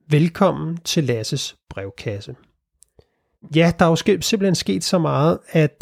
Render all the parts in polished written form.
Velkommen til Lasses brevkasse. Ja, der er jo simpelthen sket så meget,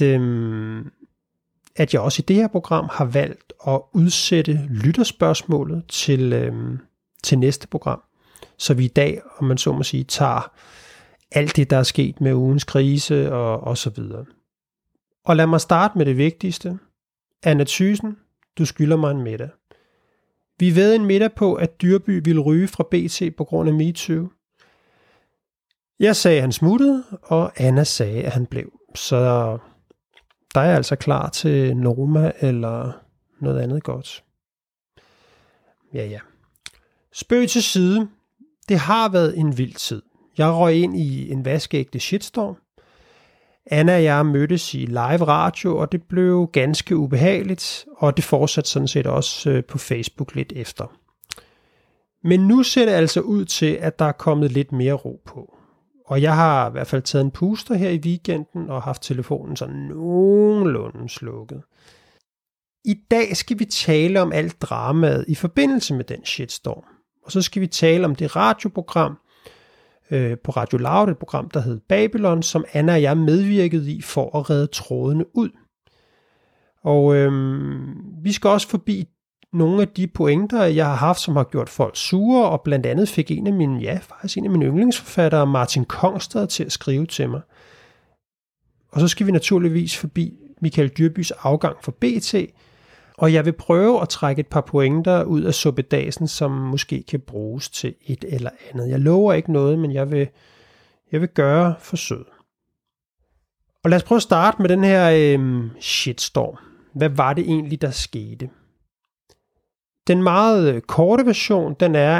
at jeg også i det her program har valgt at udsætte lytterspørgsmålet til næste program. Så vi i dag, om man så må sige, tager alt det, der er sket med ugens krise og så videre. Og lad mig starte med det vigtigste. Anna Thyssen, du skylder mig en middag. Vi ved en middag på, at Dyrby ville ryge fra BT på grund af MeToo. Jeg sagde, at han smuttede, og Anna sagde, at han blev. Så der er jeg altså klar til Noma eller noget andet godt. Ja. Spøg til side. Det har været en vild tid. Jeg røg ind i en vaskeægte shitstorm. Anna og jeg mødtes i live radio, og det blev ganske ubehageligt, og det fortsatte sådan set også på Facebook lidt efter. Men nu ser det altså ud til, at der er kommet lidt mere ro på. Og jeg har i hvert fald taget en puster her i weekenden og haft telefonen sådan nogenlunde slukket. I dag skal vi tale om alt dramaet i forbindelse med den shitstorm. Og så skal vi tale om det radioprogram på Radio Loud, et program, der hed Babylon, som Anna og jeg medvirkede i for at redde trådene ud. Og vi skal også forbi nogle af de pointer, jeg har haft, som har gjort folk sure, og blandt andet fik en af mine yndlingsforfattere, Martin Kongstad, til at skrive til mig. Og så skal vi naturligvis forbi Michael Dyrbys afgang fra BT, og jeg vil prøve at trække et par pointer ud af suppedasen, som måske kan bruges til et eller andet. Jeg lover ikke noget, men jeg vil gøre forsøget. Og lad os prøve at starte med den her shitstorm. Hvad var det egentlig, der skete? Den meget korte version, den er,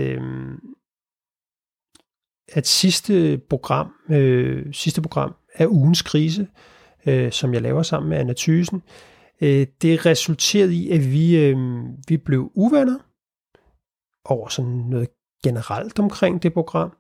at sidste program af ugens krise, som jeg laver sammen med Anna Thyssen, det resulterede i, at vi blev uvenner over sådan noget generelt omkring det program,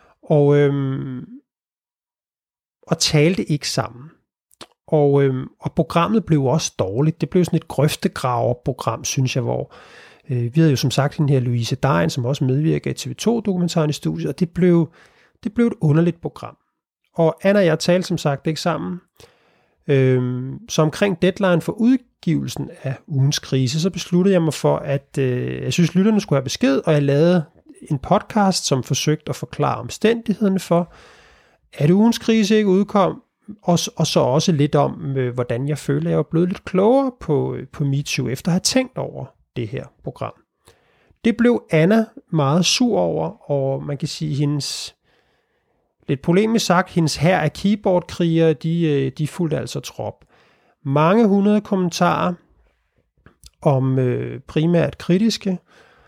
og talte ikke sammen. Og programmet blev også dårligt. Det blev sådan et grøftegraverprogram, synes jeg, hvor vi havde jo som sagt den her Louise Dein, som også medvirker i TV2-dokumentaren i studiet, og det blev et underligt program. Og Anna og jeg talte som sagt ikke sammen. Så omkring deadline for udgivelsen af ugens krise, så besluttede jeg mig for, at jeg synes, lytterne skulle have besked, og jeg lavede en podcast, som forsøgte at forklare omstændighederne for, at ugens krise ikke udkom, og så også lidt om, hvordan jeg følte, at jeg var blevet lidt klogere på MeToo, efter at have tænkt over det her program. Det blev Anna meget sur over, og man kan sige, hendes, lidt polemisk sagt, hendes hær af keyboardkrigere, de fulgte altså trop. Mange 100 kommentarer om primært kritiske,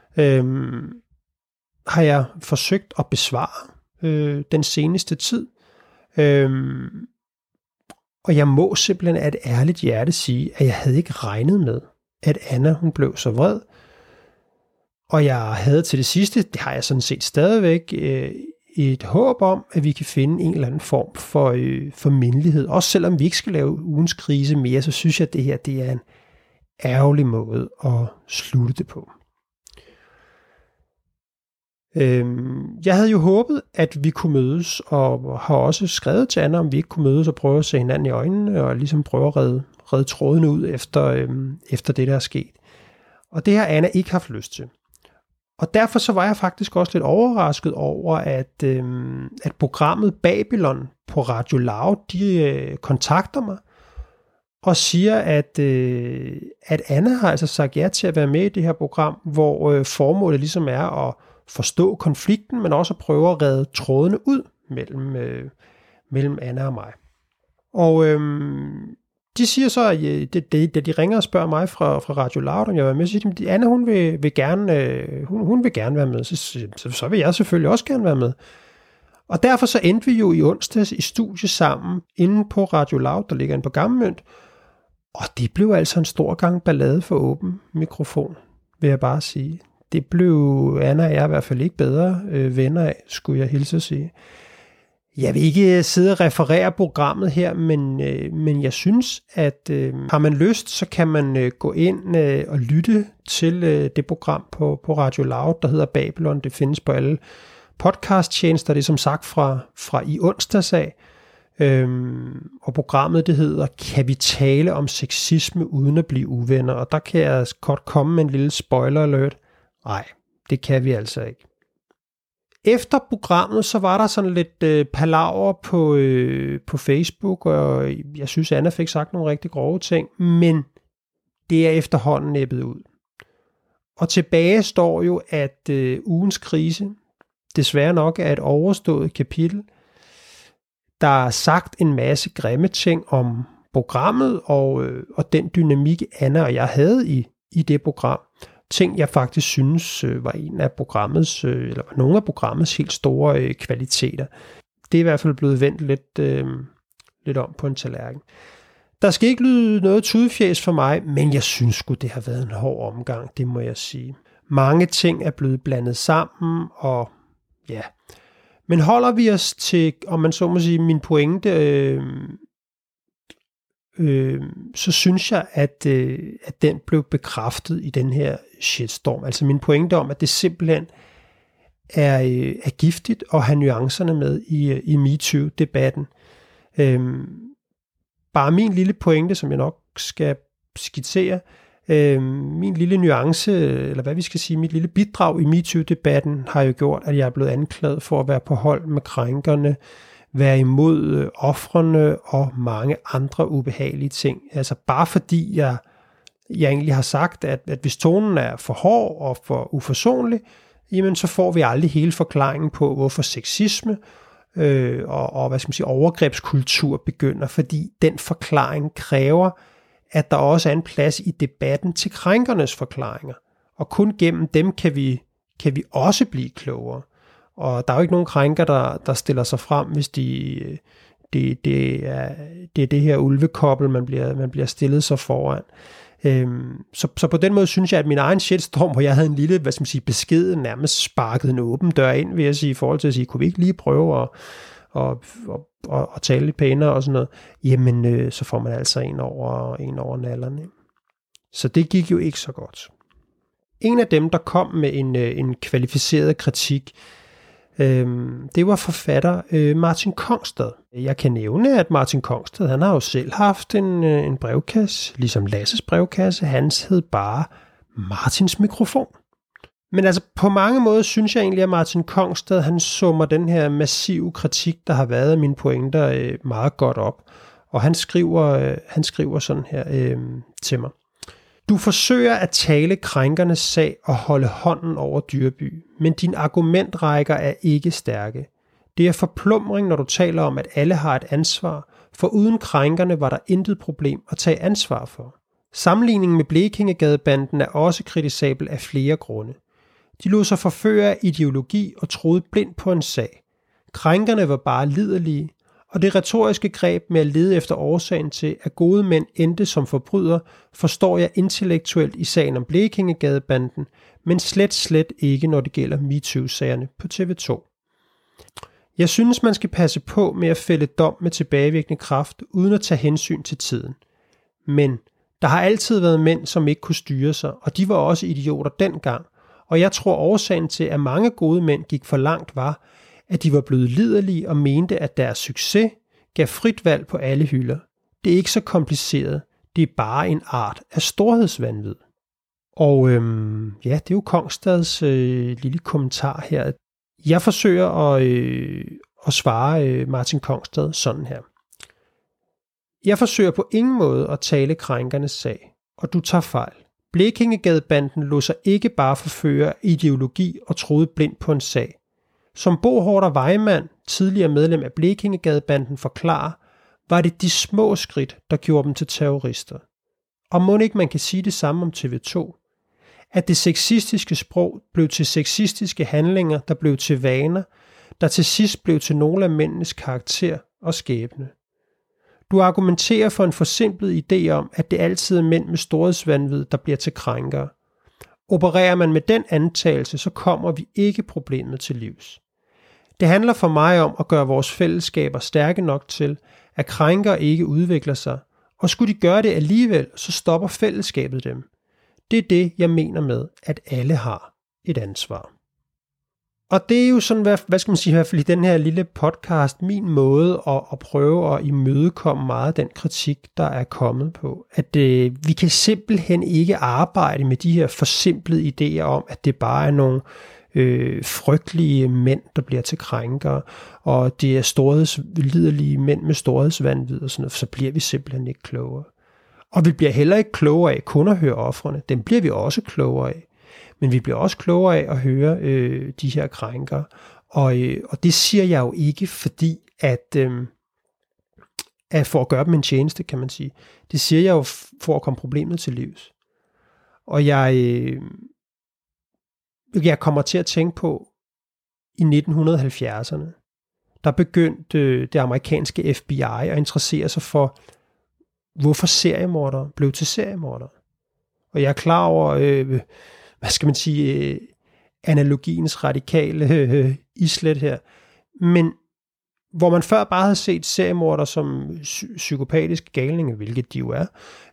har jeg forsøgt at besvare den seneste tid. Og jeg må simpelthen af et ærligt hjerte sige, at jeg havde ikke regnet med, at Anna hun blev så vred. Og jeg havde til det sidste, det har jeg sådan set stadigvæk, et håb om, at vi kan finde en eller anden form for mindelighed. Også selvom vi ikke skal lave ugens krise mere, så synes jeg, at det her det er en ærgerlig måde at slutte det på. Jeg havde jo håbet, at vi kunne mødes, og har også skrevet til Anna, om vi ikke kunne mødes og prøve at se hinanden i øjnene, og ligesom prøve at redde trådene ud efter det, der er sket. Og det har Anna ikke haft lyst til. Og derfor så var jeg faktisk også lidt overrasket over, at programmet Babylon på Radio Loud, de kontakter mig og siger, at Anna har altså sagt ja til at være med i det her program, hvor formålet ligesom er at forstå konflikten, men også at prøve at redde trådene ud mellem Anna og mig. Og de siger så, da de ringer og spørger mig fra Radio Loud, om jeg vil være med, så siger de, Anna, hun vil gerne være med. Så vil jeg selvfølgelig også gerne være med. Og derfor så endte vi jo i onsdags i studie sammen inde på Radio Loud, der ligger inde på Gammelmønt. Og det blev altså en stor gang ballade for åben mikrofon, vil jeg bare sige. Det blev Anna og jeg i hvert fald ikke bedre venner af, skulle jeg hilse at sige. Jeg vil ikke sidde og referere programmet her, men jeg synes, at har man lyst, så kan man gå ind og lytte til det program på Radio Loud, der hedder Babylon. Det findes på alle podcasttjenester. Det er som sagt fra i onsdags af. Og programmet det hedder Kan vi tale om sexisme uden at blive uvenner? Og der kan jeg godt komme med en lille spoiler alert. Nej, det kan vi altså ikke. Efter programmet, så var der sådan lidt palaver på Facebook, og jeg synes, Anna fik sagt nogle rigtig grove ting, men det er efterhånden næbbet ud. Og tilbage står jo, at ugens krise desværre nok er et overstået kapitel. Der er sagt en masse grimme ting om programmet og den dynamik, Anna og jeg havde i det program. Ting, jeg faktisk synes var en af programmets, eller var nogle af programmets helt store kvaliteter. Det er i hvert fald blevet vendt lidt om på en tallerken. Der skal ikke lyde noget tudefjæs for mig, men jeg synes sgu, det har været en hård omgang, det må jeg sige. Mange ting er blevet blandet sammen, og ja. Men holder vi os til, om man så må sige, min pointe, så synes jeg, at den blev bekræftet i den her shitstorm. Altså min pointe om, at det simpelthen er giftigt at have nuancerne med i MeToo-debatten. Bare min lille pointe, som jeg nok skal skitsere, min lille nuance, eller hvad vi skal sige, mit lille bidrag i MeToo-debatten har jo gjort, at jeg er blevet anklaget for at være på hold med krænkerne, være imod ofrene og mange andre ubehagelige ting. Altså bare fordi jeg egentlig har sagt, at hvis tonen er for hård og for uforsonlig, jamen så får vi aldrig hele forklaringen på, hvorfor sexisme og hvad skal man sige, overgrebskultur begynder, fordi den forklaring kræver, at der også er en plads i debatten til krænkernes forklaringer. Og kun gennem dem kan vi også blive klogere. Og der er jo ikke nogen krænker, der stiller sig frem, hvis det er det her ulvekobbel, man bliver stillet så foran. Så på den måde synes jeg, at min egen shitstorm, hvor jeg havde en lille, hvad skal man sige, beskeden, nærmest sparket en åben dør ind, vil jeg sige, i forhold til at sige, kunne vi ikke lige prøve at tale lidt pænere og sådan noget, jamen så får man altså en over nallerne. Så det gik jo ikke så godt. En af dem, der kom med en kvalificeret kritik, det var forfatter Martin Kongstad. Jeg kan nævne, at Martin Kongstad, han har jo selv haft en brevkasse, ligesom Lasses brevkasse. Hans hed bare Martins mikrofon. Men altså på mange måder synes jeg egentlig, at Martin Kongstad, han summer den her massive kritik, der har været af mine pointer, meget godt op. Og han skriver sådan her til mig. Du forsøger at tale krænkernes sag og holde hånden over Dyrby, men dine argumentrækker er ikke stærke. Det er forplumring, når du taler om, at alle har et ansvar, for uden krænkerne var der intet problem at tage ansvar for. Sammenligningen med Blekingegadebanden er også kritisabel af flere grunde. De lod sig forføre af ideologi og troede blindt på en sag. Krænkerne var bare liderlige, og det retoriske greb med at lede efter årsagen til, at gode mænd endte som forbryder, forstår jeg intellektuelt i sagen om Blekingegadebanden, men slet ikke, når det gælder MeToo-sagerne på TV2. Jeg synes, man skal passe på med at fælde dom med tilbagevirkende kraft, uden at tage hensyn til tiden. Men der har altid været mænd, som ikke kunne styre sig, og de var også idioter dengang, og jeg tror årsagen til, at mange gode mænd gik for langt var, at de var blevet liderlige og mente, at deres succes gav frit valg på alle hylder. Det er ikke så kompliceret. Det er bare en art af storhedsvanvid. Og ja, det er jo Kongstads lille kommentar her. Jeg forsøger at svare Martin Kongstad sådan her. Jeg forsøger på ingen måde at tale krænkernes sag, og du tager fejl. Blekingegadebanden lod sig ikke bare forføre ideologi og troede blindt på en sag. Som Bo Hårder Vejmand, tidligere medlem af Blekingegadebanden, forklarer, var det de små skridt, der gjorde dem til terrorister. Og må ikke man kan sige det samme om TV2? At det sexistiske sprog blev til sexistiske handlinger, der blev til vaner, der til sidst blev til nogle af mændenes karakter og skæbne. Du argumenterer for en forsimplet idé om, at det altid er mænd med storhedsvanvid, der bliver til krænkere. Opererer man med den antagelse, så kommer vi ikke problemet til livs. Det handler for mig om at gøre vores fællesskaber stærke nok til, at krænkere ikke udvikler sig, og skulle de gøre det alligevel, så stopper fællesskabet dem. Det er det, jeg mener med, at alle har et ansvar. Og det er jo sådan, hvad skal man sige, i hvert fald i den her lille podcast, min måde at prøve at imødekomme meget af den kritik, der er kommet på. At vi kan simpelthen ikke arbejde med de her forsimplede idéer om, at det bare er nogle frygtelige mænd, der bliver til krænkere, og det er liderlige mænd med storhedsvanvid og sådan noget, så bliver vi simpelthen ikke klogere. Og vi bliver heller ikke klogere af kun at høre ofrene. Dem bliver vi også klogere af. Men vi bliver også klogere af at høre de her krænker. Og det siger jeg jo ikke, fordi at for at gøre dem en tjeneste, kan man sige. Det siger jeg jo for at komme problemet til livs. Og jeg kommer til at tænke på, i 1970'erne, der begyndte det amerikanske FBI at interessere sig for, hvorfor seriemordere blev til seriemordere. Og jeg er klar over, hvad skal man sige, analogiens radikale islet her. Men hvor man før bare havde set seriemordere som psykopatiske galninge, hvilket de jo er,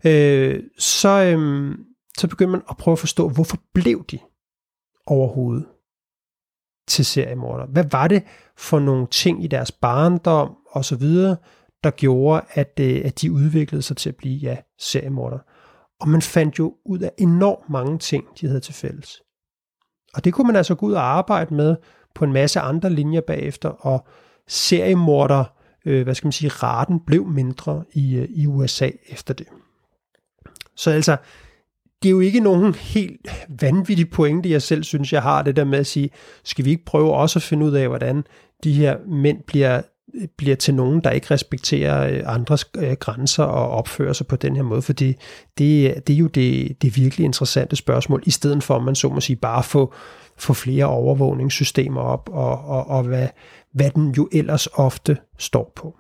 så begyndte man at prøve at forstå, hvorfor blev de overhovedet til seriemordere? Hvad var det for nogle ting i deres barndom og så videre, der gjorde, at de udviklede sig til at blive seriemordere? Og man fandt jo ud af enormt mange ting, de havde til fælles. Og det kunne man altså gå ud og arbejde med på en masse andre linjer bagefter, og seriemorder, raten blev mindre i USA efter det. Så altså, det er jo ikke nogen helt vanvittige pointe, jeg selv synes, jeg har det der med at sige, skal vi ikke prøve også at finde ud af, hvordan de her mænd bliver til nogen, der ikke respekterer andres grænser og opfører sig på den her måde, for det er jo det virkelig interessante spørgsmål, i stedet for, at man så må sige, bare få flere overvågningssystemer op, og hvad den jo ellers ofte står på.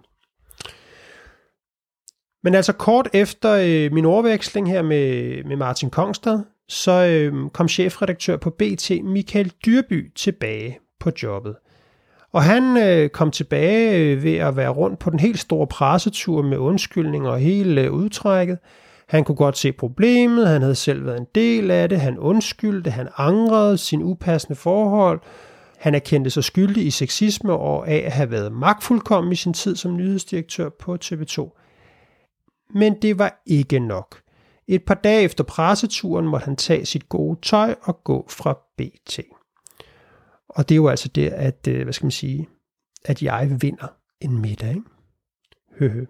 Men altså kort efter min overveksling her med Martin Kongstad, så kom chefredaktør på BT, Michael Dyrby, tilbage på jobbet. Og han kom tilbage ved at være rundt på den helt store pressetur med undskyldninger og hele udtrækket. Han kunne godt se problemet, han havde selv været en del af det, han undskyldte, han angrede sin upassende forhold. Han erkendte sig skyldig i sexisme og af at have været magtfuldkommen i sin tid som nyhedsdirektør på TV2. Men det var ikke nok. Et par dage efter presseturen måtte han tage sit gode tøj og gå fra BT. Og det er jo altså det, at, at jeg vinder en middag, ikke? Høhø.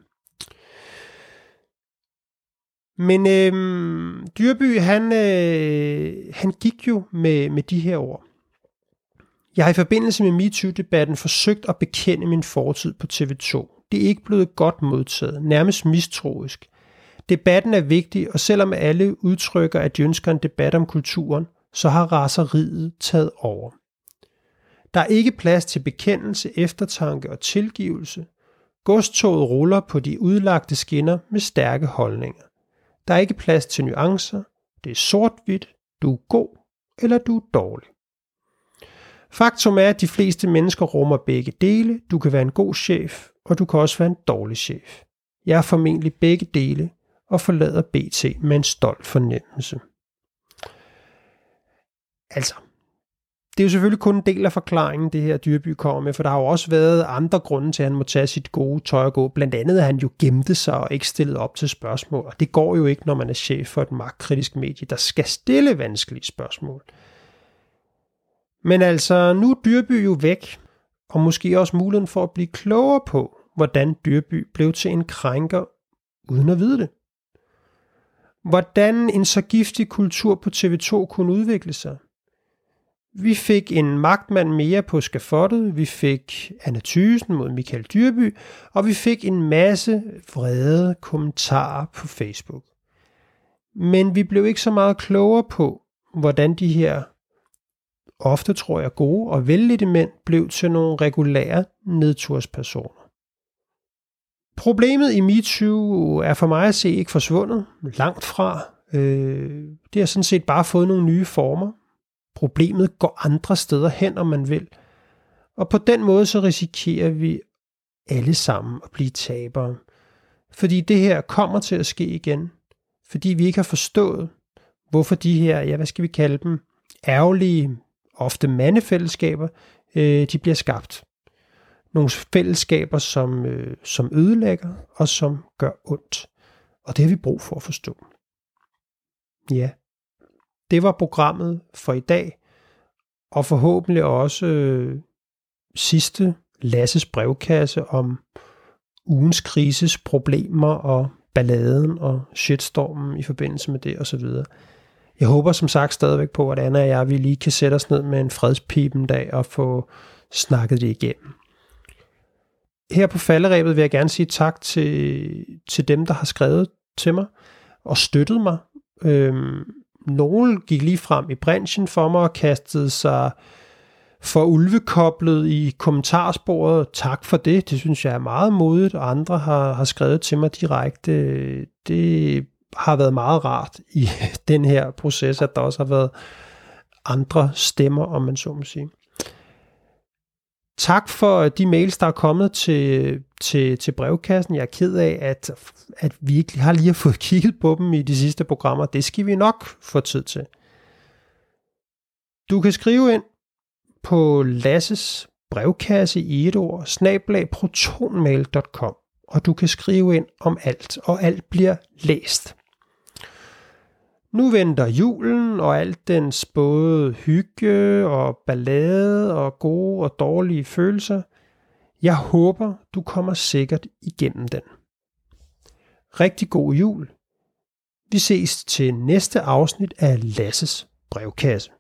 Men Dyrby, han gik jo med de her ord. Jeg har i forbindelse med MeToo-debatten forsøgt at bekende min fortid på TV2. Det er ikke blevet godt modtaget, nærmest mistroisk. Debatten er vigtig, og selvom alle udtrykker, at de ønsker en debat om kulturen, så har raseriet taget over. Der er ikke plads til bekendelse, eftertanke og tilgivelse. Godstoget ruller på de udlagte skinner med stærke holdninger. Der er ikke plads til nuancer. Det er sort-hvidt. Du er god, eller du er dårlig. Faktum er, at de fleste mennesker rummer begge dele. Du kan være en god chef, og du kan også være en dårlig chef. Jeg er formentlig begge dele, og forlader BT med en stolt fornemmelse. Altså, det er jo selvfølgelig kun en del af forklaringen, det her Dyrby kommer med, for der har jo også været andre grunde til, at han må tage sit gode tøj og gå. Blandt andet, at han jo gemte sig og ikke stillede op til spørgsmål. Og det går jo ikke, når man er chef for et magtkritisk medie, der skal stille vanskelige spørgsmål. Men altså, nu er Dyrby jo væk, og måske også muligheden for at blive klogere på, hvordan Dyrby blev til en krænker, uden at vide det. Hvordan en så giftig kultur på TV2 kunne udvikle sig. Vi fik en magtmand mere på skafottet, vi fik Anna Thysen mod Michael Dyrby, og vi fik en masse vrede kommentarer på Facebook. Men vi blev ikke så meget klogere på, hvordan de her, ofte tror jeg gode og vellidte mænd, blev til nogle regulære nedturspersoner. Problemet i MeToo er for mig at se ikke forsvundet, langt fra. Det har sådan set bare fået nogle nye former. Problemet går andre steder hen, om man vil. Og på den måde så risikerer vi alle sammen at blive tabere. Fordi det her kommer til at ske igen. Fordi vi ikke har forstået, hvorfor de her, hvad skal vi kalde dem, ærgerlige ofte mandefællesskaber, de bliver skabt. Nogle fællesskaber, som ødelægger og som gør ondt. Og det har vi brug for at forstå. Ja, det var programmet for i dag, og forhåbentlig også sidste Lasses brevkasse om ugens krises problemer og balladen og shitstormen i forbindelse med det osv. Jeg håber som sagt stadigvæk på, at Anna og jeg vi lige kan sætte os ned med en fredspipen dag og få snakket det igennem. Her på falderebet vil jeg gerne sige tak til dem, der har skrevet til mig og støttet mig. Nogle gik lige frem i branchen for mig og kastede sig for ulvekoblet i kommentarsporet. Tak for det. Det synes jeg er meget modigt, og andre har skrevet til mig direkte. Det har været meget rart i den her proces, at der også har været andre stemmer, om man så må sige. Tak for de mails, der er kommet til brevkassen. Jeg er ked af, at vi ikke har lige fået kigget på dem i de sidste programmer. Det skal vi nok få tid til. Du kan skrive ind på Lasses brevkasse i et ord, @protonmail.com, og du kan skrive ind om alt, og alt bliver læst. Nu venter julen og alt dens både hygge og ballade og gode og dårlige følelser. Jeg håber, du kommer sikkert igennem den. Rigtig god jul. Vi ses til næste afsnit af Lasses brevkasse.